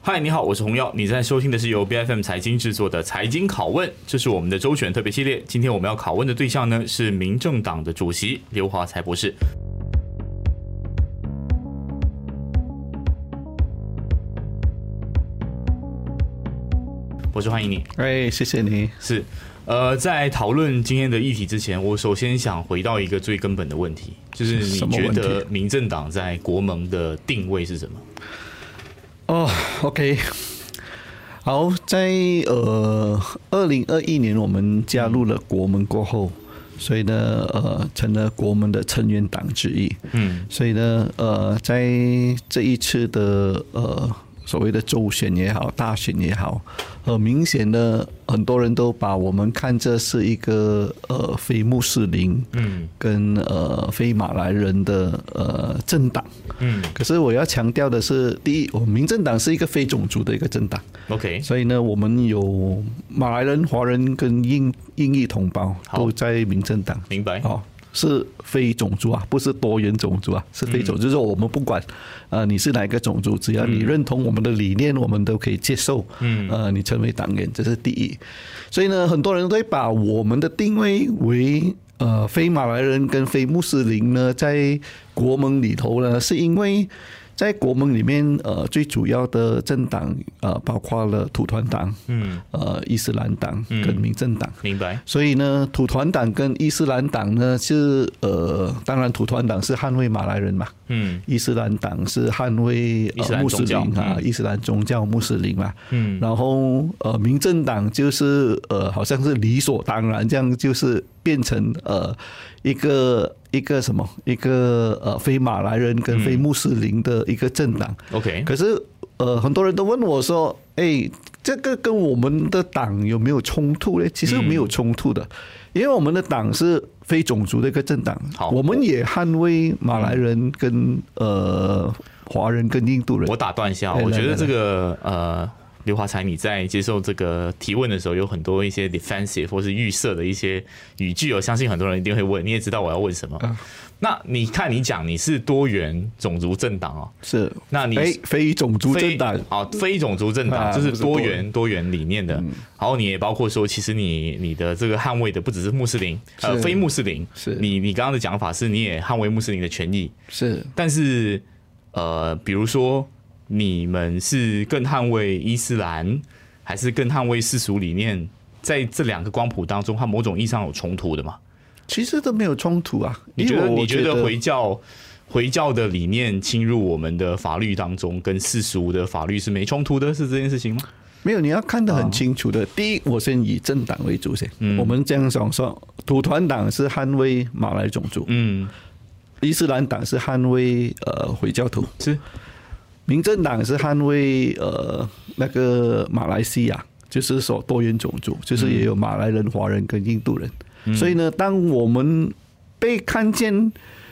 嗨，你好，我是洪耀，你在收听的是由 BFM 财经制作的财经拷问，这是我们的周选特别系列。今天我们要拷问的对象呢是民政党的主席刘华才博士。博士，欢迎你。 谢谢你。 是，在讨论今天的议题之前，我首先想回到一个最根本的问题，就是你觉得民政党在国盟的定位是什么 ？OK， 好，在2021年我们加入了国盟过后，所以呢成了国盟的成员党之一。所以呢在这一次的所谓的州选也好，大选也好，很明显的，很多人都把我们看这是一个非穆斯林，跟非马来人的政党。可是我要强调的是，第一，我们民政党是一个非种族的一个政党。 OK， 所以呢，我们有马来人、华人跟印裔同胞都在民政党。 明白。 是非种族啊，不是多元种族啊，是非种族。就是我们不管你是哪一个种族，只要你认同我们的理念，我们都可以接受。你成为党员，这是第一。所以呢，很多人都会把我们的定位为非马来人跟非穆斯林呢，在国盟里头呢，是因为在国盟里面，最主要的政党包括了土团党、伊斯兰党跟民政党。 明白。 所以呢，土团党跟伊斯兰党呢是当然土团党是捍卫马来人嘛，伊斯兰党是捍卫穆斯林啊，伊斯兰宗教穆斯林嘛，然后民政党就是好像是理所当然这样，就是变成一个什么？一个非马来人跟非穆斯林的一个政党。 OK， 可是很多人都问我说：“这个跟我们的党有没有冲突呢？”其实没有冲突的，因为我们的党是非种族的一个政党，我们也捍卫马来人跟华人跟印度人。 我打断一下，我觉得这个刘华才，你在接受这个提问的时候，有很多一些 defensive 或是预设的一些语句，我相信很多人一定会问，你也知道我要问什么。那你看，你讲你是多元种族政党哦， 是？ 那你非种族政党非种族政党就是多元理念的。然后你也包括说，其实你的这个捍卫的不只是穆斯林，非穆斯林， 是你刚刚的讲法是，你也捍卫穆斯林的权益， 是。 但是比如说，你们是更捍卫伊斯兰，还是更捍卫世俗理念？在这两个光谱当中，它某种意义上有冲突的吗？ 其实都没有冲突啊。 你觉得回教的理念侵入我们的法律当中，跟世俗的法律是没冲突的，是这件事情吗？ 没有，你要看得很清楚的。第一，我先以政党为主先。我们这样说，土团党是捍卫马来种族，伊斯兰党是捍卫回教徒， 是。 民政党是捍卫那个马来西亚，就是说多元种族，就是也有马来人、华人跟印度人。所以呢，当我们被看见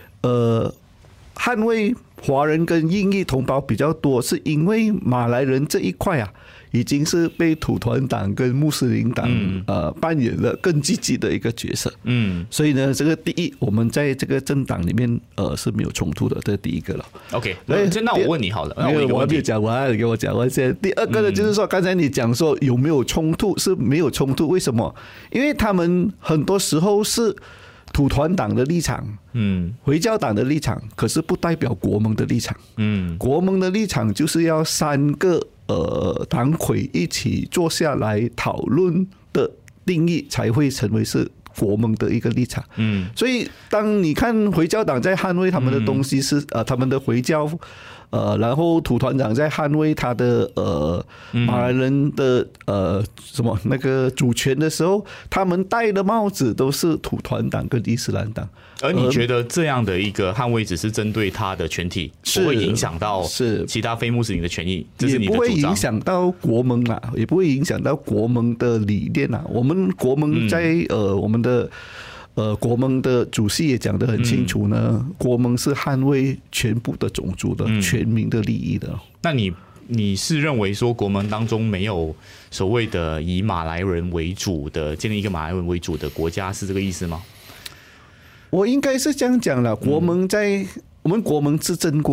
捍卫华人跟印裔同胞比较多，是因为马来人这一块啊，已经是被土团党跟穆斯林党扮演了更积极的一个角色。所以呢，这个第一，我们在这个政党里面是没有冲突的，这是第一个了。 OK， 那我问你好了， 我还没有讲完，你给我讲完先。第二个呢，就是说刚才你讲说有没有冲突，是没有冲突，为什么？因为他们很多时候是土团党的立场，回教党的立场，可是不代表国盟的立场。国盟的立场就是要3个党魁一起坐下来讨论的定义，才会成为是国盟的一个立场。所以当你看回教党在捍卫他们的东西是他们的回教。然后土团长在捍卫他的马来人的什么那个主权的时候，他们戴的帽子都是土团党跟伊斯兰党。 而你觉得这样的一个捍卫只是针对他的全体，不会影响到其他非穆斯林的权益？这是你的主张。也不会影响到国盟啦，也不会影响到国盟的理念啦。我们国盟在我们的。国盟的主席也讲得很清楚呢，国盟是捍卫全部的种族的、全民的利益的。那你是认为说国盟当中没有所谓的以马来人为主的建立一个马来人为主的国家，是这个意思吗？我应该是这样讲了，国盟在我们国盟是争过的，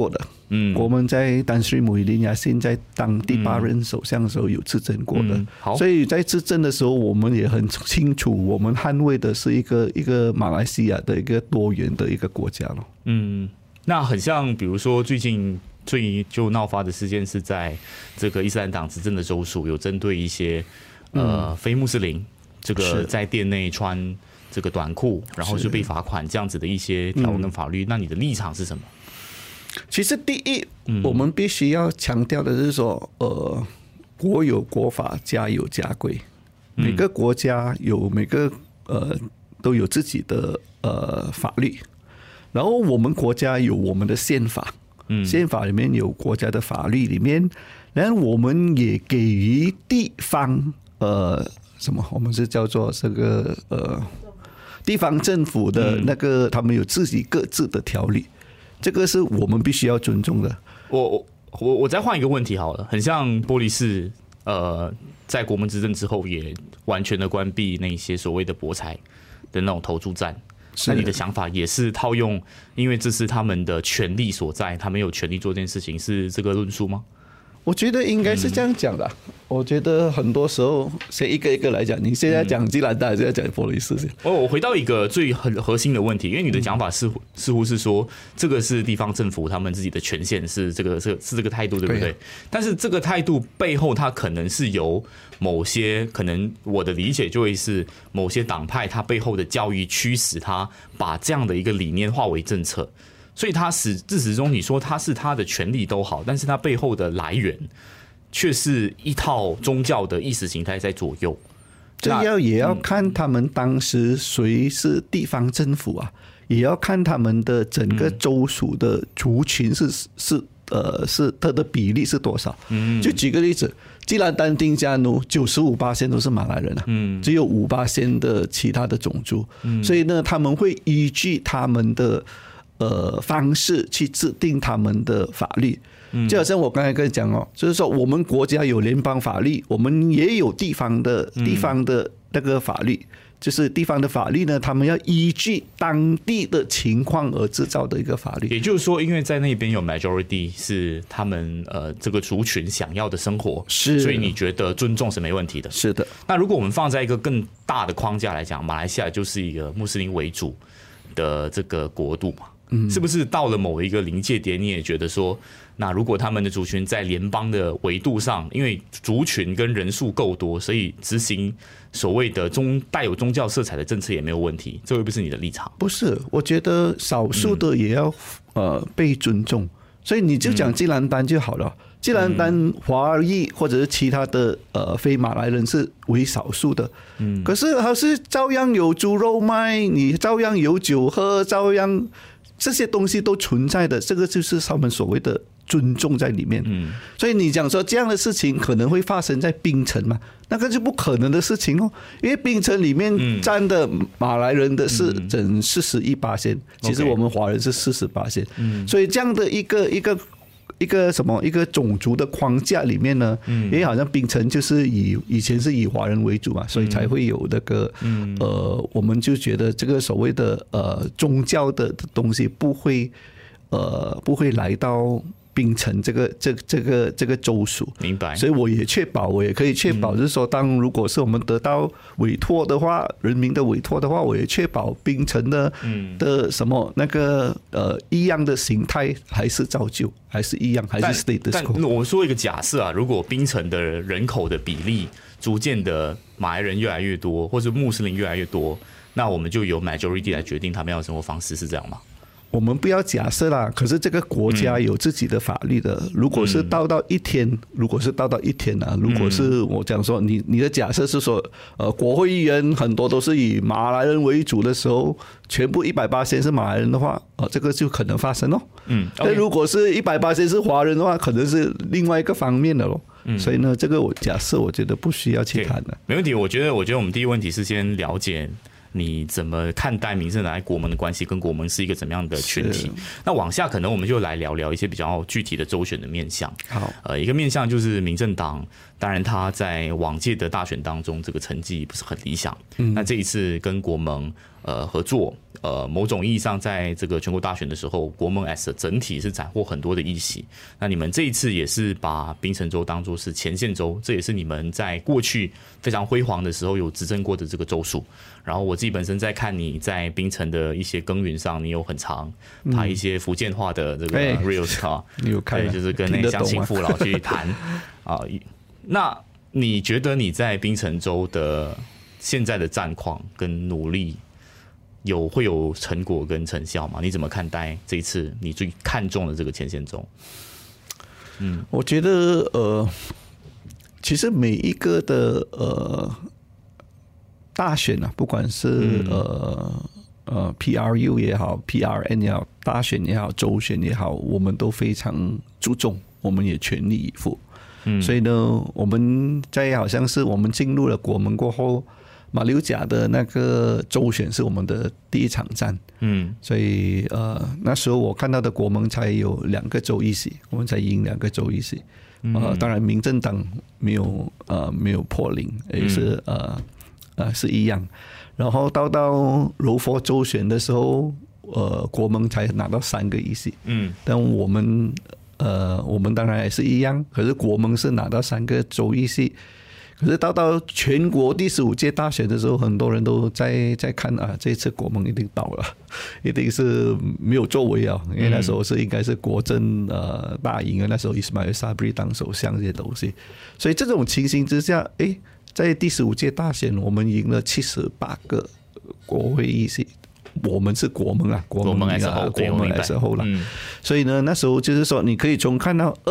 国盟在丹斯里姆伊林亚现在当第8任首相的时候有执政过的，所以在执政的时候，我们也很清楚，我们捍卫的是一个马来西亚的一个多元的一个国家了。 那很像，比如说最近就闹发的事件是在这个伊斯兰党执政的州属有针对一些非穆斯林这个在店内穿这个短裤，然后就被罚款这样子的一些条文跟法律，那你的立场是什么？ 其实第一，我们必须要强调的是说，国有国法，家有家规，每个国家都有自己的法律，然后我们国家有我们的宪法，宪法里面有国家的法律里面，然后我们也给予地方我们是叫做这个地方政府的那个，他们有自己各自的条例。这个是我们必须要尊重的。 我再换一个问题好了，很像波利士在国盟执政之后也完全的关闭那些所谓的博彩的那种投注站，那你的想法也是套用，因为这是他们的权利所在，他们有权利做这件事情，是这个论述吗？ 我觉得应该是这样讲的。我觉得很多时候先一个一个来讲，你现在讲基兰达，还是要讲波利士？ 我回到一个最核心的问题，因为你的讲法似乎是说，这个是地方政府他们自己的权限，是这个态度，对不对？但是这个态度背后，它可能是由某些，可能我的理解就会是某些党派它背后的教育驱使他把这样的一个理念化为政策。所以他自始终你说他是他的权利都好，但是他背后的来源却是一套宗教的意识形态在左右。 这也要看他们当时谁是地方政府啊，也要看他们的整个州属的族群是它的比例是多少。就举个例子，基兰丹丁加奴 95% 都是马来人啊，只有5% 的其他的种族，所以呢，他们会依据他们的方式去制定他们的法律。就好像我刚才跟你讲就是说我们国家有联邦法律，我们也有地方的那个法律，就是地方的法律呢，他们要依据当地的情况而制造的一个法律。 也就是说，因为在那边有 majority 是他们这个族群想要的生活，所以你觉得尊重是没问题的。 是的。 那如果我们放在一个更大的框架来讲，马来西亚就是一个穆斯林为主的这个国度嘛。是不是到了某一个临界点，你也觉得说，那如果他们的族群在联邦的维度上，因为族群跟人数够多，所以执行所谓的带有宗教色彩的政策也没有问题？这会不会是你的立场？ 不是，我觉得少数的也要被尊重，所以你就讲基兰丹就好了。基兰丹华裔或者是其他的非马来人是为少数的，可是还是照样有猪肉卖，你照样有酒喝，照样。这些东西都存在的，这个就是他们所谓的尊重在里面。所以你讲说这样的事情可能会发生在槟城嘛？那个就不可能的事情哦，因为槟城里面占的马来人的是整41%，其实我们华人是48%，所以这样的一个种族的框架里面呢，因为好像槟城就是以前是以华人为主嘛，所以才会有那个我们就觉得这个所谓的宗教的东西不会来到槟城这个州属。 明白。 所以我也可以确保，就是说，如果是我们得到委托的话，人民的委托的话，我也确保槟城的什么那个一样的形态还是照旧，还是一样，还是 status quo。 但我说一个假设啊，如果槟城的人口的比例逐渐的马来人越来越多，或者穆斯林越来越多，那我们就由 majority 来决定他们要的生活方式，是这样吗？ 我们不要假设啦，可是这个国家有自己的法律的。如果是到一天啊，如果是我讲说你的假设是说，国会议员很多都是以马来人为主的时候，全部100%是马来人的话，这个就可能发生哦。但如果是100%是华人的话，可能是另外一个方面的咯。所以呢，这个假设我觉得不需要去谈的。 没问题，我觉得我们第一个问题是先了解你怎么看待民政党和国盟的关系，跟国盟是一个怎么样的群体？那往下可能我们就来聊一些比较具体的州选的面向。 好， 一个面向就是民政党，当然他在往届的大选当中这个成绩不是很理想。那这一次跟国盟合作， 某种意义上，在这个全国大选的时候，国盟 as 整体是斩获很多的议席。那你们这一次也是把槟城州当作是前线州，这也是你们在过去非常辉煌的时候有执政过的这个州属。然后我自己本身在看你在槟城的一些耕耘上，你有很常拍一些福建话的这个 reels 啊， 你有看？ 对，就是跟那乡亲父老去谈啊。那你觉得你在槟城州的现在的战况跟努力？会有成果跟成效吗？你怎么看待这一次你最看重的这个前线州？ 我觉得其实每一个的大选啊，不管是PRU 也好 ，PRN 也好，大选也好，州选也好，我们都非常注重，我们也全力以赴。所以呢，我们在好像是我们进入了国盟过后。马六甲的那个州选是我们的第一场战，所以那时候我看到的国盟才有2个州议席，我们才赢2个州议席，当然民政党没有破0，也是是一样，然后到柔佛州选的时候，国盟才拿到3个议席，但我们当然也是一样，可是国盟是拿到3个州议席。可是到全国第15届大选的时候，很多人都在看啊，这次国盟一定倒了，一定是没有作为啊，因为那时候应该是国政大赢啊，那时候Ismail Sabri当首相这些东西，所以这种情形之下，在第15届大选我们赢了78个国会议席。我们是国盟啊，国盟 as whole 啦，所以呢，那时候就是说，你可以从看到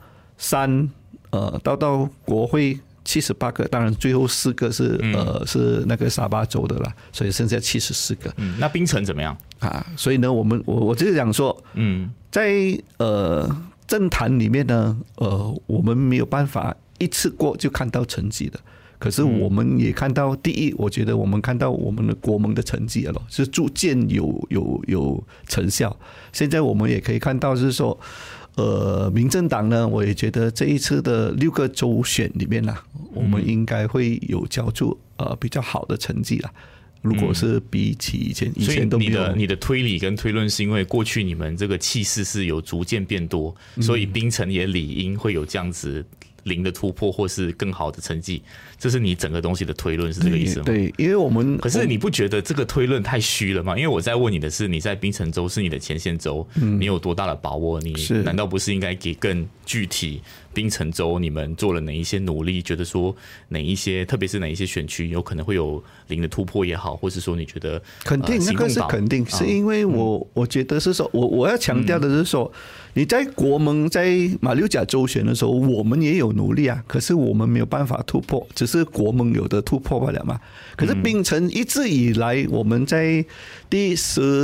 2、3到国会。78个，当然最后4个是那个沙巴州的啦，所以剩下74个。 那槟城怎么样啊？所以呢，我就是想说，在政坛里面呢，我们没有办法一次过就看到成绩的。可是我们也看到，第一，我觉得我们看到我们的国盟的成绩了，是逐渐有成效。现在我们也可以看到，就是说。民政党呢，我也觉得这一次的6个州选里面呢，我们应该会有交出比较好的成绩啦。如果是比起以前都没有。 所以你的推理跟推论是因为过去你们这个气势是有逐渐变多，所以槟城也理应会有这样子0的突破或是更好的成绩，这是你整个东西的推论，是这个意思吗？ 对，因为可是你不觉得这个推论太虚了吗？因为我在问你的是，你在槟城州是你的前线州，你有多大的把握？你难道不是应该给更具体？槟城州你们做了哪一些努力？觉得说哪一些，特别是哪一些选区有可能会有0的突破也好，或是说你觉得肯定那个是肯定，是因为我觉得是说，我要强调的是说，你在国盟在马六甲州选的时候，我们也有努力啊，可是我们没有办法突破，只是国盟有的突破不了嘛。可是槟城一直以来，我们在第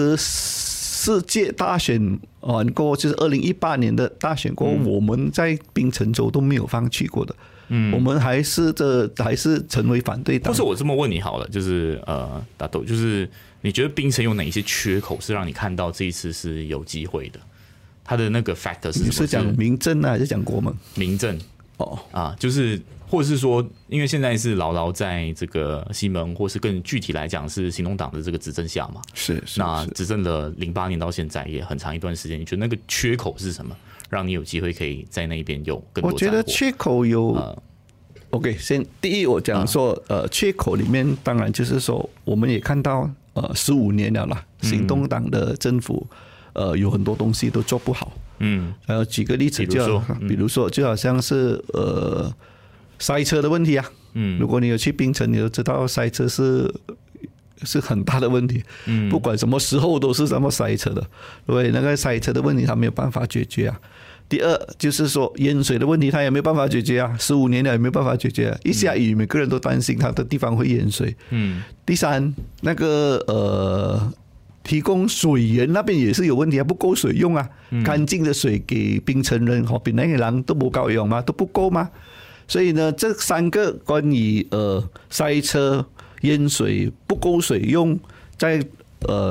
14届大选完过后，就是2018年的大选过后，我们在槟城州都没有放弃过的。我们还是成为反对党。 或是我这么问你好了，就是大豆，就是你觉得槟城有哪一些缺口是让你看到这一次是有机会的？它的那个 factor 是什么？ 你是讲民政啊，还是讲国盟？ 民政就是或者是说，因为现在是牢牢在这个西蒙，或是更具体来讲是行动党的这个执政下嘛。 是那执政了08年到现在也很长一段时间，你觉得那个缺口是什么，让你有机会可以在那边有更多？ 我觉得缺口有OK， 第一我讲说缺口里面当然就是说，我们也看到15年了啦，行动党的政府有很多东西都做不好。举个例子，比如说就好像是塞车的问题啊。如果你有去槟城，你就知道塞车是很大的问题。不管什么时候都是这么塞车的，对，那个塞车的问题他没有办法解决啊。第二就是说淹水的问题，他也没有办法解决啊，15年了也没有办法解决啊。一下雨，每个人都担心他的地方会淹水。第三，那个提供水源那边也是有问题啊，不够水用啊，干净的水给槟城人和槟城人都不够用吗？都不够吗？所以呢，这3个关于塞车、淹水、不够水用，在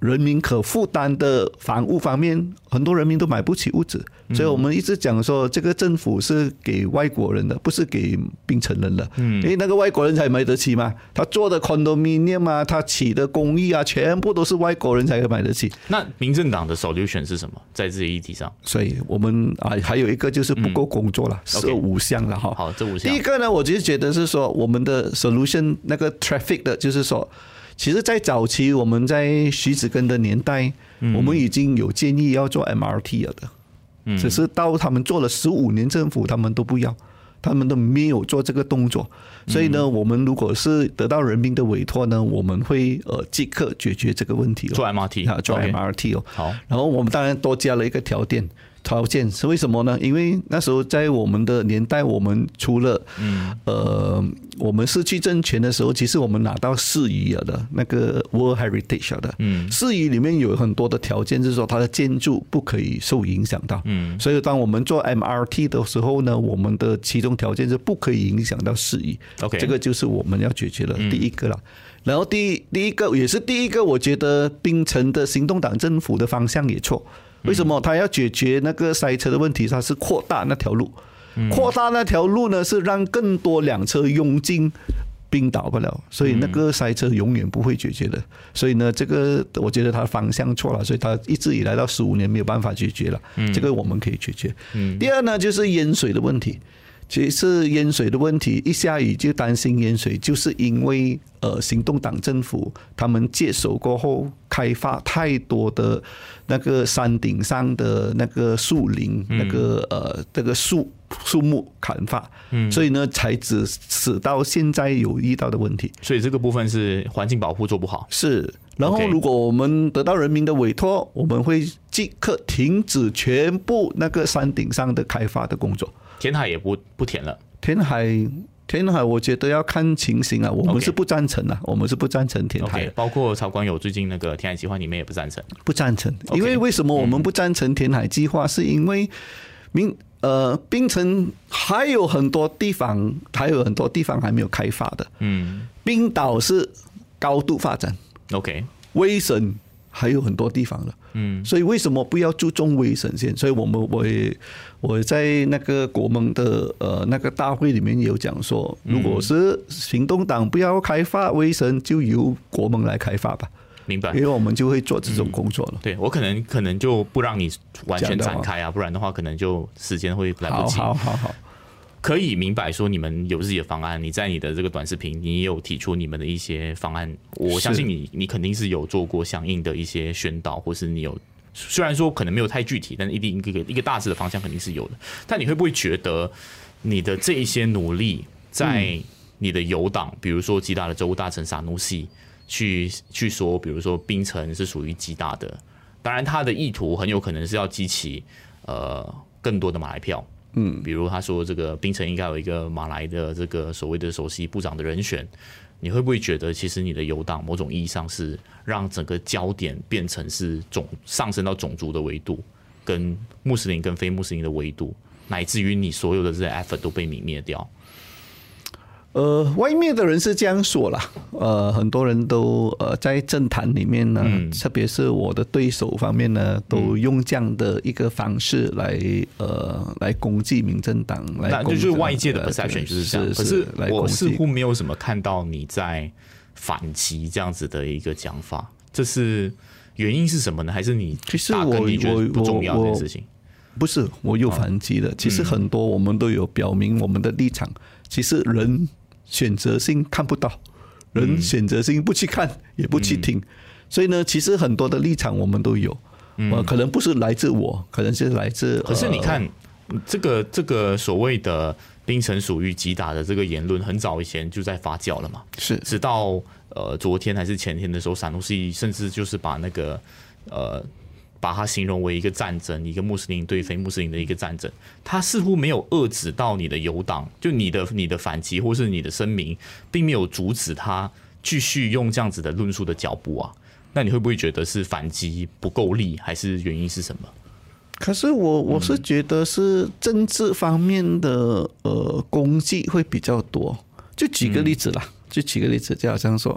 人民可负担的房屋方面，很多人民都买不起屋子，所以我们一直讲说，这个政府是给外国人的，不是给槟城人的。因为那个外国人才买得起嘛，他做的 condominium 啊，他起的公寓啊，全部都是外国人才买得起。 那民政党的 solution 是什么？在这些议题上， 所以我们还有一个就是不够工作了，是5项了哈。 好，这5项。 第一个呢，我就觉得是说我们的 solution 那个 traffic 的，就是说。其实，在早期我们在徐子根的年代，我们已经有建议要做 MRT 了的，只是到他们做了15年政府，他们都不要，他们都没有做这个动作。所以呢，我们如果是得到人民的委托呢，我们会即刻解决这个问题。 做 MRT 啊，做 MRT 哦。 好， 然后我们当然多加了一个条件是为什么呢？因为那时候在我们的年代，我们除了我们失去政权的时候，其实我们拿到世遗了的那个 World Heritage 的，世遗里面有很多的条件，就是说它的建筑不可以受影响到。所以当我们做 MRT 的时候呢，我们的其中条件是不可以影响到世遗。这个就是我们要解决的第一个了。然后第一个也是第一个，我觉得槟城的行动党政府的方向也错。为什么他要解决那个塞车的问题？他是扩大那条路，扩大那条路呢是让更多辆车涌进冰岛不了，所以那个塞车永远不会解决的。所以呢，这个我觉得他方向错了，所以他一直以来到15年没有办法解决了。这个我们可以解决。第二呢，就是淹水的问题。其实淹水的问题，一下雨就担心淹水，就是因为行动党政府他们接手过后，开发太多的那个山顶上的那个树林，那个这个树木砍伐，所以呢才使到现在有遇到的问题。 所以这个部分是环境保护做不好。 是，然后如果我们得到人民的委托，我们会即刻停止全部那个山顶上的开发的工作。 填海也不填了。 填海，我觉得要看情形啊。我们是不赞成啊，我们是不赞成填海。 包括曹光友最近那个填海计划，你们也不赞成？ 不赞成，因为为什么我们不赞成填海计划？是因为槟城还有很多地方还没有开发的。冰岛是高度发展。威省还有很多地方了。所以为什么不要注重威省线？所以我在那个国盟的那个大会里面有讲说，如果是行动党不要开发威省，就由国盟来开发吧。 明白， 因为我们就会做这种工作了。 对，我可能就不让你完全展开啊，不然的话可能就时间会来不及。 好。 可以明白说你们有自己的方案，你在你的这个短视频，你也有提出你们的一些方案。我相信你肯定是有做过相应的一些宣导，或是你有虽然说可能没有太具体，但是一个大致的方向肯定是有的。但你会不会觉得你的这一些努力，在你的友党，比如说吉打的州务大臣萨努西去说，比如说槟城是属于吉打的，当然他的意图很有可能是要激起更多的马来票。比如他说这个槟城应该有一个马来的这个所谓的首席部长的人选，你会不会觉得其实你的友党某种意义上是让整个焦点变成是上升到种族的维度，跟穆斯林跟非穆斯林的维度，乃至于你所有的这些 effort 都被泯灭掉？ 外面的人是这样说啦，很多人都在政坛里面呢，特别是我的对手方面呢，都用这样的一个方式来攻击民政党， 那就是外界的 perception 就是这样。可是我似乎没有什么看到你在反击这样子的一个讲法，这是原因是什么呢？还是你打根你觉得不重要这件事情？ 不是，我有反击的。其实很多我们都有表明我们的立场。其实人选择性看不到，人选择性不去看，也不去听，所以呢，其实很多的立场我们都有，可能不是来自我，可能是来自。 可是你看，这个所谓的槟城属于吉打的这个言论，很早以前就在发酵了嘛， 是， 直到昨天还是前天的时候，萨努西甚至就是把那个把它形容为一个战争，一个穆斯林对非穆斯林的一个战争，他似乎没有遏制到你的友党，就你的反击或是你的声明，并没有阻止他继续用这样子的论述的脚步啊。那你会不会觉得是反击不够力，还是原因是什么？ 可是我是觉得是政治方面的攻击会比较多。就举个例子啦，就好像说，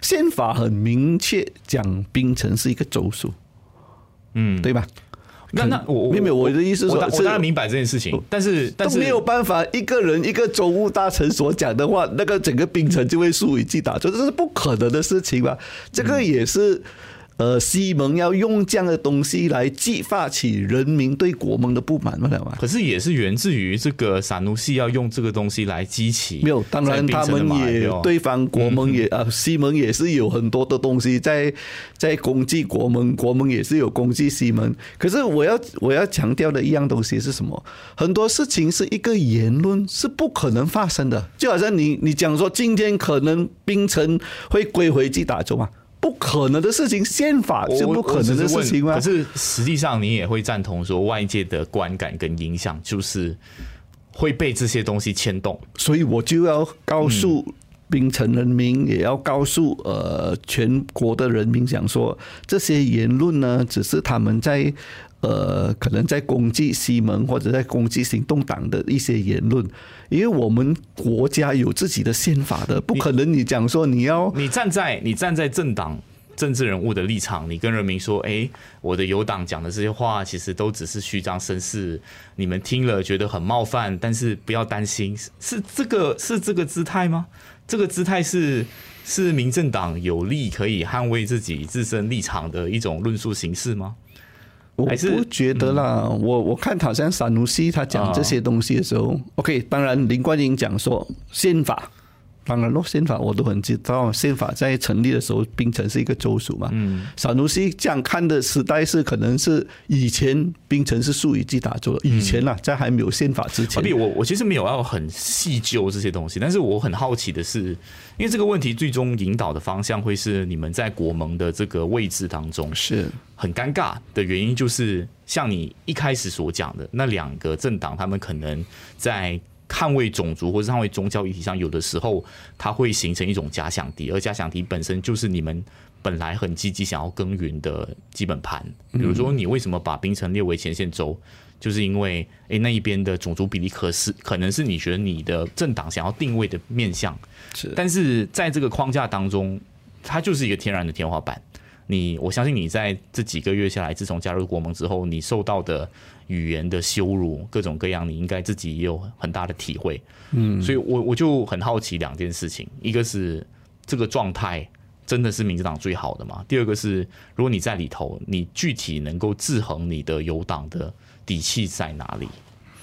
宪法很明确讲槟城是一个州属，对吧？ 那我的意思说， 我当然明白这件事情，但是都没有办法，一个人一个州务大臣所讲的话，那个整个槟城就会数以计打，这是不可能的事情吧？这个也是。西蒙要用这样的东西来激发起人民对国盟的不满嘛？ 可是也是源自于这个萨努西要用这个东西来激起。 没有，当然他们也对方国盟也西蒙也是有很多的东西在攻击国盟，国盟也是有攻击西蒙。可是我要强调的一样东西是什么？很多事情是一个言论是不可能发生的，就好像你讲说今天可能槟城会归回吉打州嘛？不可能的事情，宪法是不可能的事情吗？ 可是实际上你也会赞同说，外界的观感跟影响就是会被这些东西牵动， 所以我就要告诉槟城人民，也要告诉全国的人民，讲说这些言论呢，只是他们在可能在攻击西蒙或者在攻击行动党的一些言论，因为我们国家有自己的宪法的，不可能你讲说你站在政党政治人物的立场，你跟人民说，我的友党讲的这些话其实都只是虚张声势，你们听了觉得很冒犯，但是不要担心，是这个姿态吗？这个姿态是民政党有力可以捍卫自己自身立场的一种论述形式吗？ 我不觉得啦，我看好像萨努西他讲这些东西的时候，OK， 当然林冠英讲说宪法，当然咯，宪法我都很知道，宪法在成立的时候，槟城是一个州属嘛。萨努西这样看的时代是可能是以前槟城是属于吉打州的，以前啦，在还没有宪法之前。 我其实没有要很细究这些东西，但是我很好奇的是，因为这个问题最终引导的方向会是你们在国盟的这个位置当中是很尴尬的原因，就是像你一开始所讲的那两个政党，他们可能在捍卫种族或是捍卫宗教议题上，有的时候它会形成一种假想敌，而假想敌本身就是你们本来很积极想要耕耘的基本盘。比如说，你为什么把槟城列为前线州，就是因为那一边的种族比例可能是你觉得你的政党想要定位的面向，但是在这个框架当中，它就是一个天然的天花板。我相信你在这几个月下来，自从加入国盟之后，你受到的语言的羞辱，各种各样，你应该自己也有很大的体会。所以我就很好奇两件事情，一个是这个状态真的是民进党最好的吗？第二个是，如果你在里头，你具体能够制衡你的友党的底气在哪里？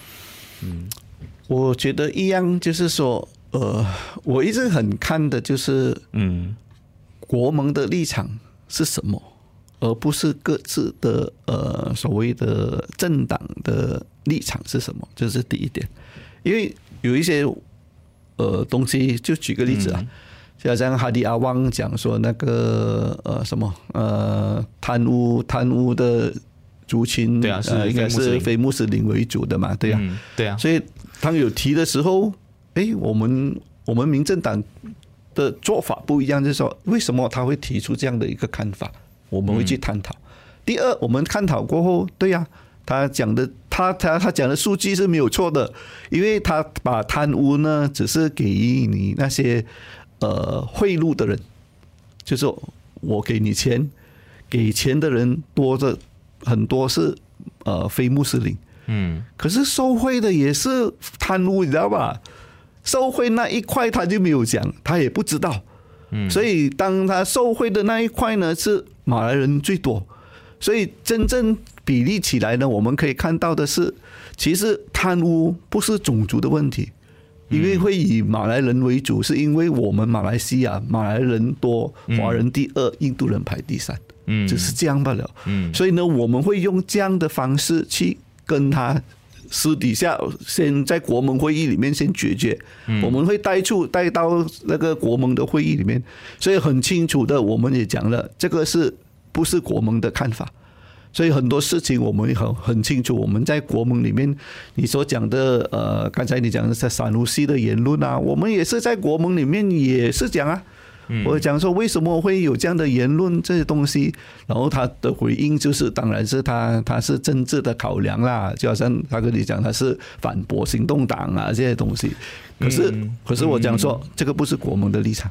我觉得一样，就是说，我一直很看的就是，国盟的立场是什么，而不是各自的所谓的政党的立场是什么，这是第一点。因为有一些东西，就举个例子啊，就好像哈迪阿旺讲说那个什么贪污的族群， 对啊， 应该是非穆斯林为主的嘛，对啊， 对啊， 所以当有提的时候，我们民政党的做法不一样，就是说为什么他会提出这样的一个看法，我们会去探讨。第二，我们探讨过后，对呀，他讲的他讲的数据是没有错的，因为他把贪污呢只是给予你那些贿赂的人，就是我给你钱，给钱的人多的很多是非穆斯林，可是受贿的也是贪污，你知道吧？受贿那一块他就没有讲，他也不知道，所以当他受贿的那一块呢是马来人最多，所以真正比例起来呢，我们可以看到的是，其实贪污不是种族的问题，因为会以马来人为主，是因为我们马来西亚马来人多，华人第二，印度人排第三，就是这样罢了。所以呢，我们会用这样的方式去跟他私底下先在国盟会议里面先决绝，我们会带到那个国盟的会议里面，所以很清楚的，我们也讲了，这个是不是国盟的看法？所以很多事情我们很清楚，我们在国盟里面，你所讲的刚才你讲的是萨努西的言论啊，我们也是在国盟里面也是讲啊。我讲说为什么会有这样的言论这些东西，然后他的回应就是，当然是他是政治的考量啦，就好像他跟你讲他是反驳行动党啊这些东西。可是我讲说这个不是国盟的立场，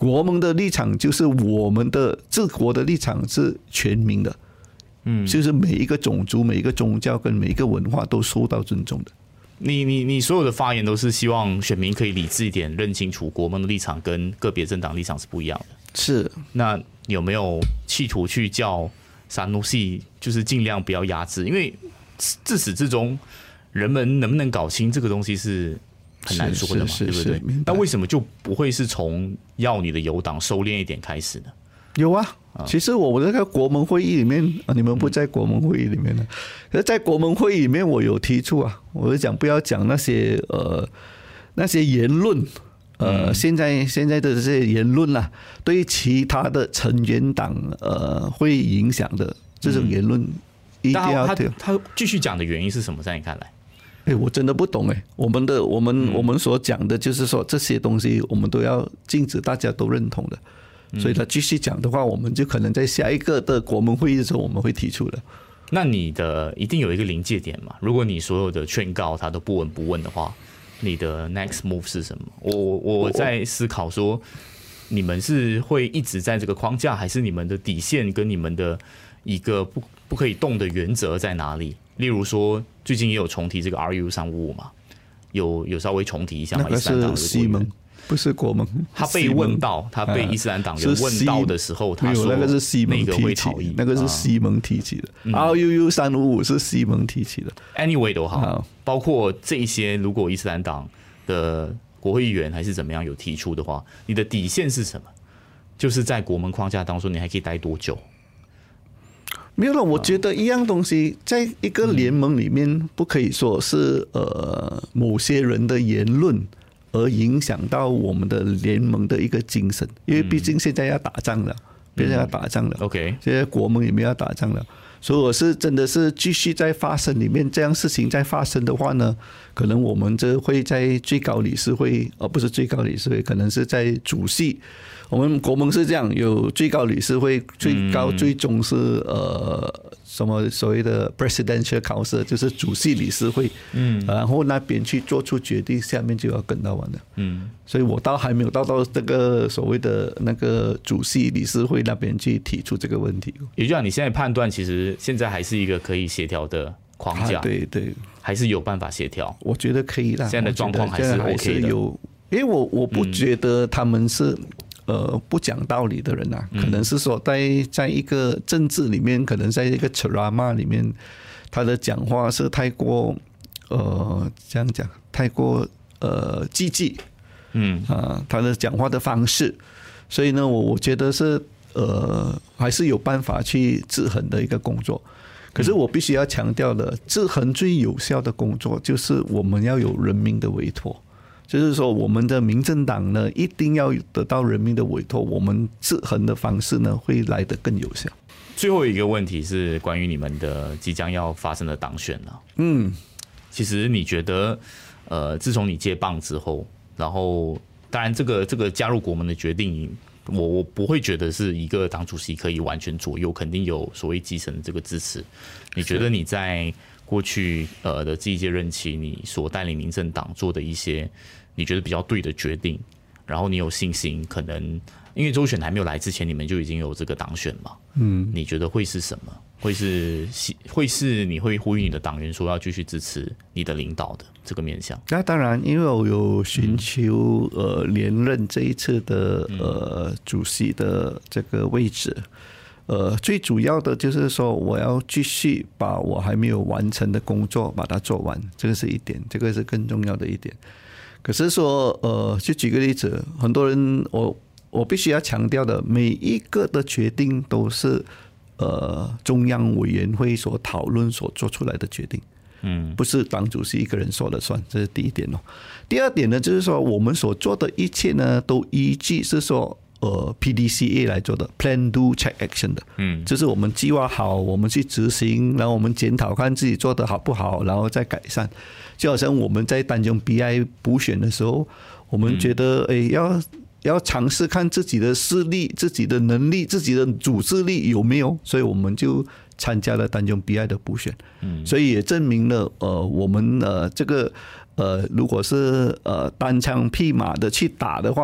国盟的立场就是我们的治国的立场是全民的，就是每一个种族、每一个宗教跟每一个文化都受到尊重的。 你所有的发言都是希望选民可以理智一点，认清楚国盟的立场跟个别政党立场是不一样的。 是， 那有没有企图去叫Sanusi就是尽量不要压制？因为自始至终，人们能不能搞清这个东西是很难说的嘛，对不对？那为什么就不会是从要你的友党收敛一点开始呢？ 有啊，其实我那个国盟会议里面，你们不在国盟会议里面呢，可是在国盟会议里面，我有提出啊，我就讲不要讲那些言论，现在的这些言论啊，对其他的成员党会影响的这种言论，一定要他继续讲的原因是什么？在你看来？ 我真的不懂我们所讲的就是说这些东西我们都要禁止，大家都认同的。所以他继续讲的话，我们就可能在下一个的国盟会议的时候我们会提出的。 那你的一定有一个临界点嘛？如果你所有的劝告他都不闻不问的话，你的 next move 是什么？我在思考说，你们是会一直在这个框架，还是你们的底线跟你们的一个不可以动的原则在哪里？例如说，最近也有重提这个 RU355嘛，有稍微重提一下嘛，伊斯兰党的西盟。不是国盟， 他被问到，他被伊斯兰党员问到的时候，他说那个是西盟提起的， 那个是西盟提起的，RUU355是西盟提起的。 Anyway 都好，包括这一些，如果伊斯兰党的国会议员还是怎么样有提出的话，你的底线是什么？就是在国盟框架当中，你还可以待多久？ 没有了，我觉得一样东西，在一个联盟里面，不可以说是某些人的言论而影响到我们的联盟的一个精神，因为毕竟现在要打仗了， OK， 现在国盟里面要打仗了，所以我是真的是继续在发生里面，这样事情在发生的话呢，可能我们这会在最高理事会，不是最高理事会，可能是在主席。我们国盟是这样，有最高理事会，最终是什么所谓的 presidential council， 就是主席理事会，然后那边去做出决定，下面就要跟到完了，所以我倒还没有到这个所谓的那个主席理事会那边去提出这个问题。 也就讲，你现在判断，其实现在还是一个可以协调的框架， 对， 还是有办法协调， 我觉得可以啦。 现在的状况还是 OK 的， 因为我不觉得他们是不讲道理的人啊，可能是说在一个政治里面，可能在一个 ceramah 里面，他的讲话是太过这样讲，太过积极，他的讲话的方式，所以呢，我觉得是还是有办法去制衡的一个工作。可是我必须要强调的，制衡最有效的工作就是我们要有人民的委托。就是说，我们的民政党呢，一定要得到人民的委托，我们制衡的方式呢，会来得更有效。 最后一个问题是关于你们的即将要发生的党选了。其实你觉得，自从你接棒之后，然后当然这个加入国盟的决定，我不会觉得是一个党主席可以完全左右，肯定有所谓基层的这个支持。你觉得你在过去的这一届任期，你所带领民政党做的一些你觉得比较对的决定，然后你有信心，可能因为州选还没有来之前，你们就已经有这个党选嘛？你觉得会是什么？会是你会呼吁你的党员说要继续支持你的领导的这个面向？ 那当然，因为我有寻求连任这一次的主席的这个位置。最主要的就是说，我要继续把我还没有完成的工作把它做完，这个是一点，这个是更重要的一点。可是说，就举个例子，很多人我必须要强调的，每一个的决定都是中央委员会所讨论所做出来的决定，不是党主席一个人说了算，这是第一点哦。第二点呢，就是说我们所做的一切呢，都依据是说。PDCA 来做的 Plan Do Check Action 的，就是我们计划好，我们去执行，然后我们检讨看自己做的好不好，然后再改善。就好像我们在丹中 BI 补选的时候，我们觉得要尝试看自己的势力、自己的能力、自己的组织力有没有，所以我们就参加了丹中 BI 的补选。所以也证明了我们这个如果是单枪匹马的去打的话。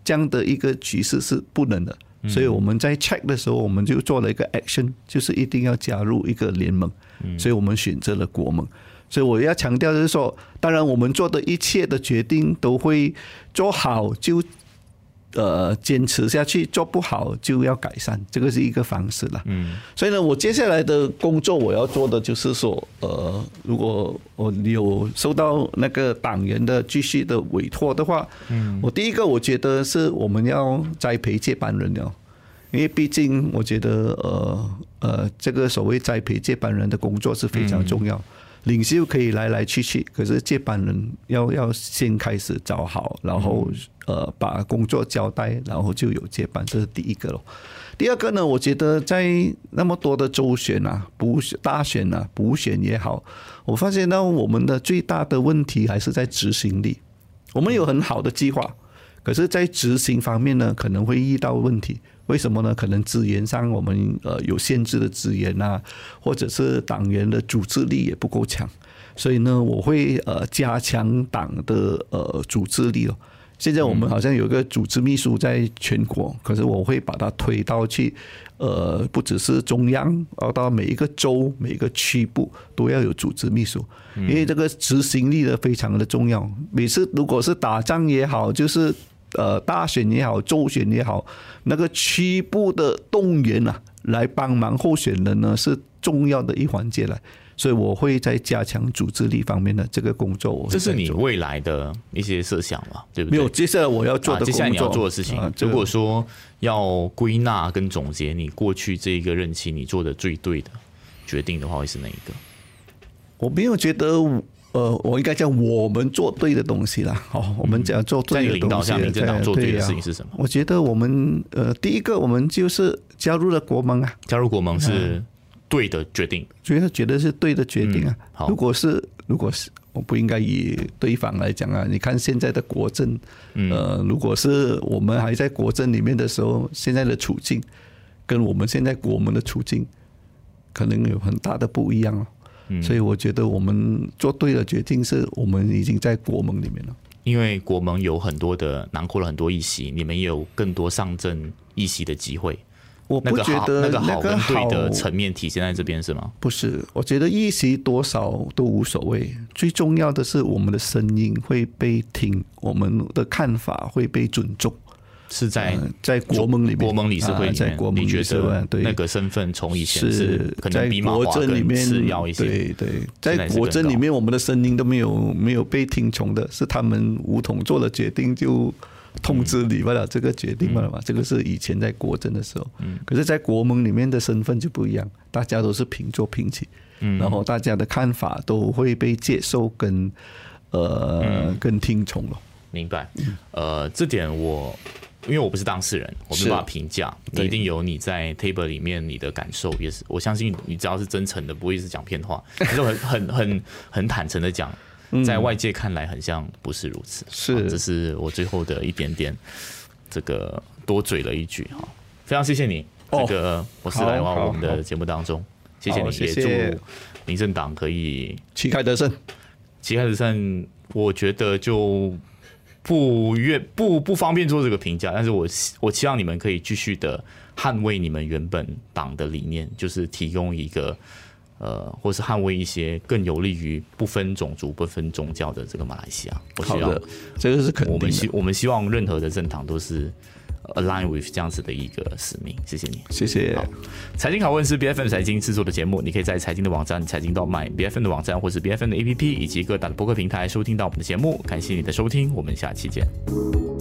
这样的一个局势是不能的。所以我们在 check 的时候，我们就做了一个 action， 就是一定要加入一个联盟，所以我们选择了国盟。所以我要强调就是说，当然我们做的一切的决定都会做好就坚持下去，做不好就要改善，这个是一个方式了。所以呢，我接下来的工作我要做的就是说，如果我有收到那个党员的继续的委托的话，我第一个我觉得是我们要栽培接班人了，因为毕竟我觉得这个所谓栽培接班人的工作是非常重要。领袖可以来来去去，可是接班人要先开始找好，然后把工作交代，然后就有接班，这是第一个咯。第二个呢，我觉得在那么多的州选啊、大选啊、补选也好，我发现到我们的最大的问题还是在执行力。我们有很好的计划，可是在执行方面呢，可能会遇到问题。为什么呢？可能资源上我们有限制的资源啊，或者是党员的组织力也不够强，所以呢，我会加强党的组织力了。现在我们好像有一个组织秘书在全国，可是我会把它推到去不只是中央，到每一个州、每一个区部都要有组织秘书，因为这个执行力的非常的重要。每次如果是打仗也好，就是大选也好，州选也好，那个区部的动员啊，来帮忙候选人呢，是重要的一环节来。所以我会在加强组织力方面的这个工作。 这是你未来的一些设想嘛？对不对？ 没有，接下来我要做的工作， 接下来你要做的事情。如果说要归纳跟总结你过去这一个任期你做的最对的决定的话，会是哪一个？ 我没有觉得。我应该叫我们做对的东西啦。我们讲做对的东西。在你领导下，民进党做对的事情是什么？我觉得我们第一个我们就是加入了国盟啊。 加入国盟是对的决定， 觉得是对的决定啊。如果是我不应该以对方来讲啊。你看现在的国政，如果是我们还在国政里面的时候，现在的处境跟我们现在国盟的处境可能有很大的不一样了。所以我觉得我们做对的决定，是我们已经在国盟里面了。 因为国盟有很多的囊括了很多议席，你们也有更多上阵议席的机会。 我不觉得那个好跟对的层面体现在这边是吗？ 不是，我觉得议席多少都无所谓，最重要的是我们的声音会被听，我们的看法会被尊重。 是在国盟里面， 国盟理事会里面，你觉得那个身份从以前是可能比马华更次要一些？ 对，在国政里面，我们的声音都没有被听从的，是他们武统做了决定就通知你不了这个决定了嘛？这个是以前在国政的时候，可是在国盟里面的身份就不一样，大家都是平坐平起，然后大家的看法都会被接受跟听从了。 明白，这点因为我不是当事人，我没办法评价。你一定有你在 table 里面你的感受，也是我相信你只要是真诚的，不会是讲骗话，你就很坦诚的讲，在外界看来很像不是如此。这是我最后的一点点这个多嘴了一句哈，非常谢谢你，这个我是来到我们的节目当中，谢谢你，也祝民政党可以旗开得胜。 旗开得胜，我觉得就。不方便做这个评价，但是我期望你们可以继续的捍卫你们原本党的理念，就是提供一个或是捍卫一些更有利于不分种族、不分宗教的这个马来西亚。我希望这个是肯定的。 我们希望任何的政党都是 align with 这样子的一个使命。谢谢你， 谢谢。 财经拷问是 BFM 财经制作的节目，你可以在财经的网站财经.my、BFM 的网站或是 BFM 的 APP 以及各大的播客平台收听到我们的节目。感谢你的收听，我们下期见。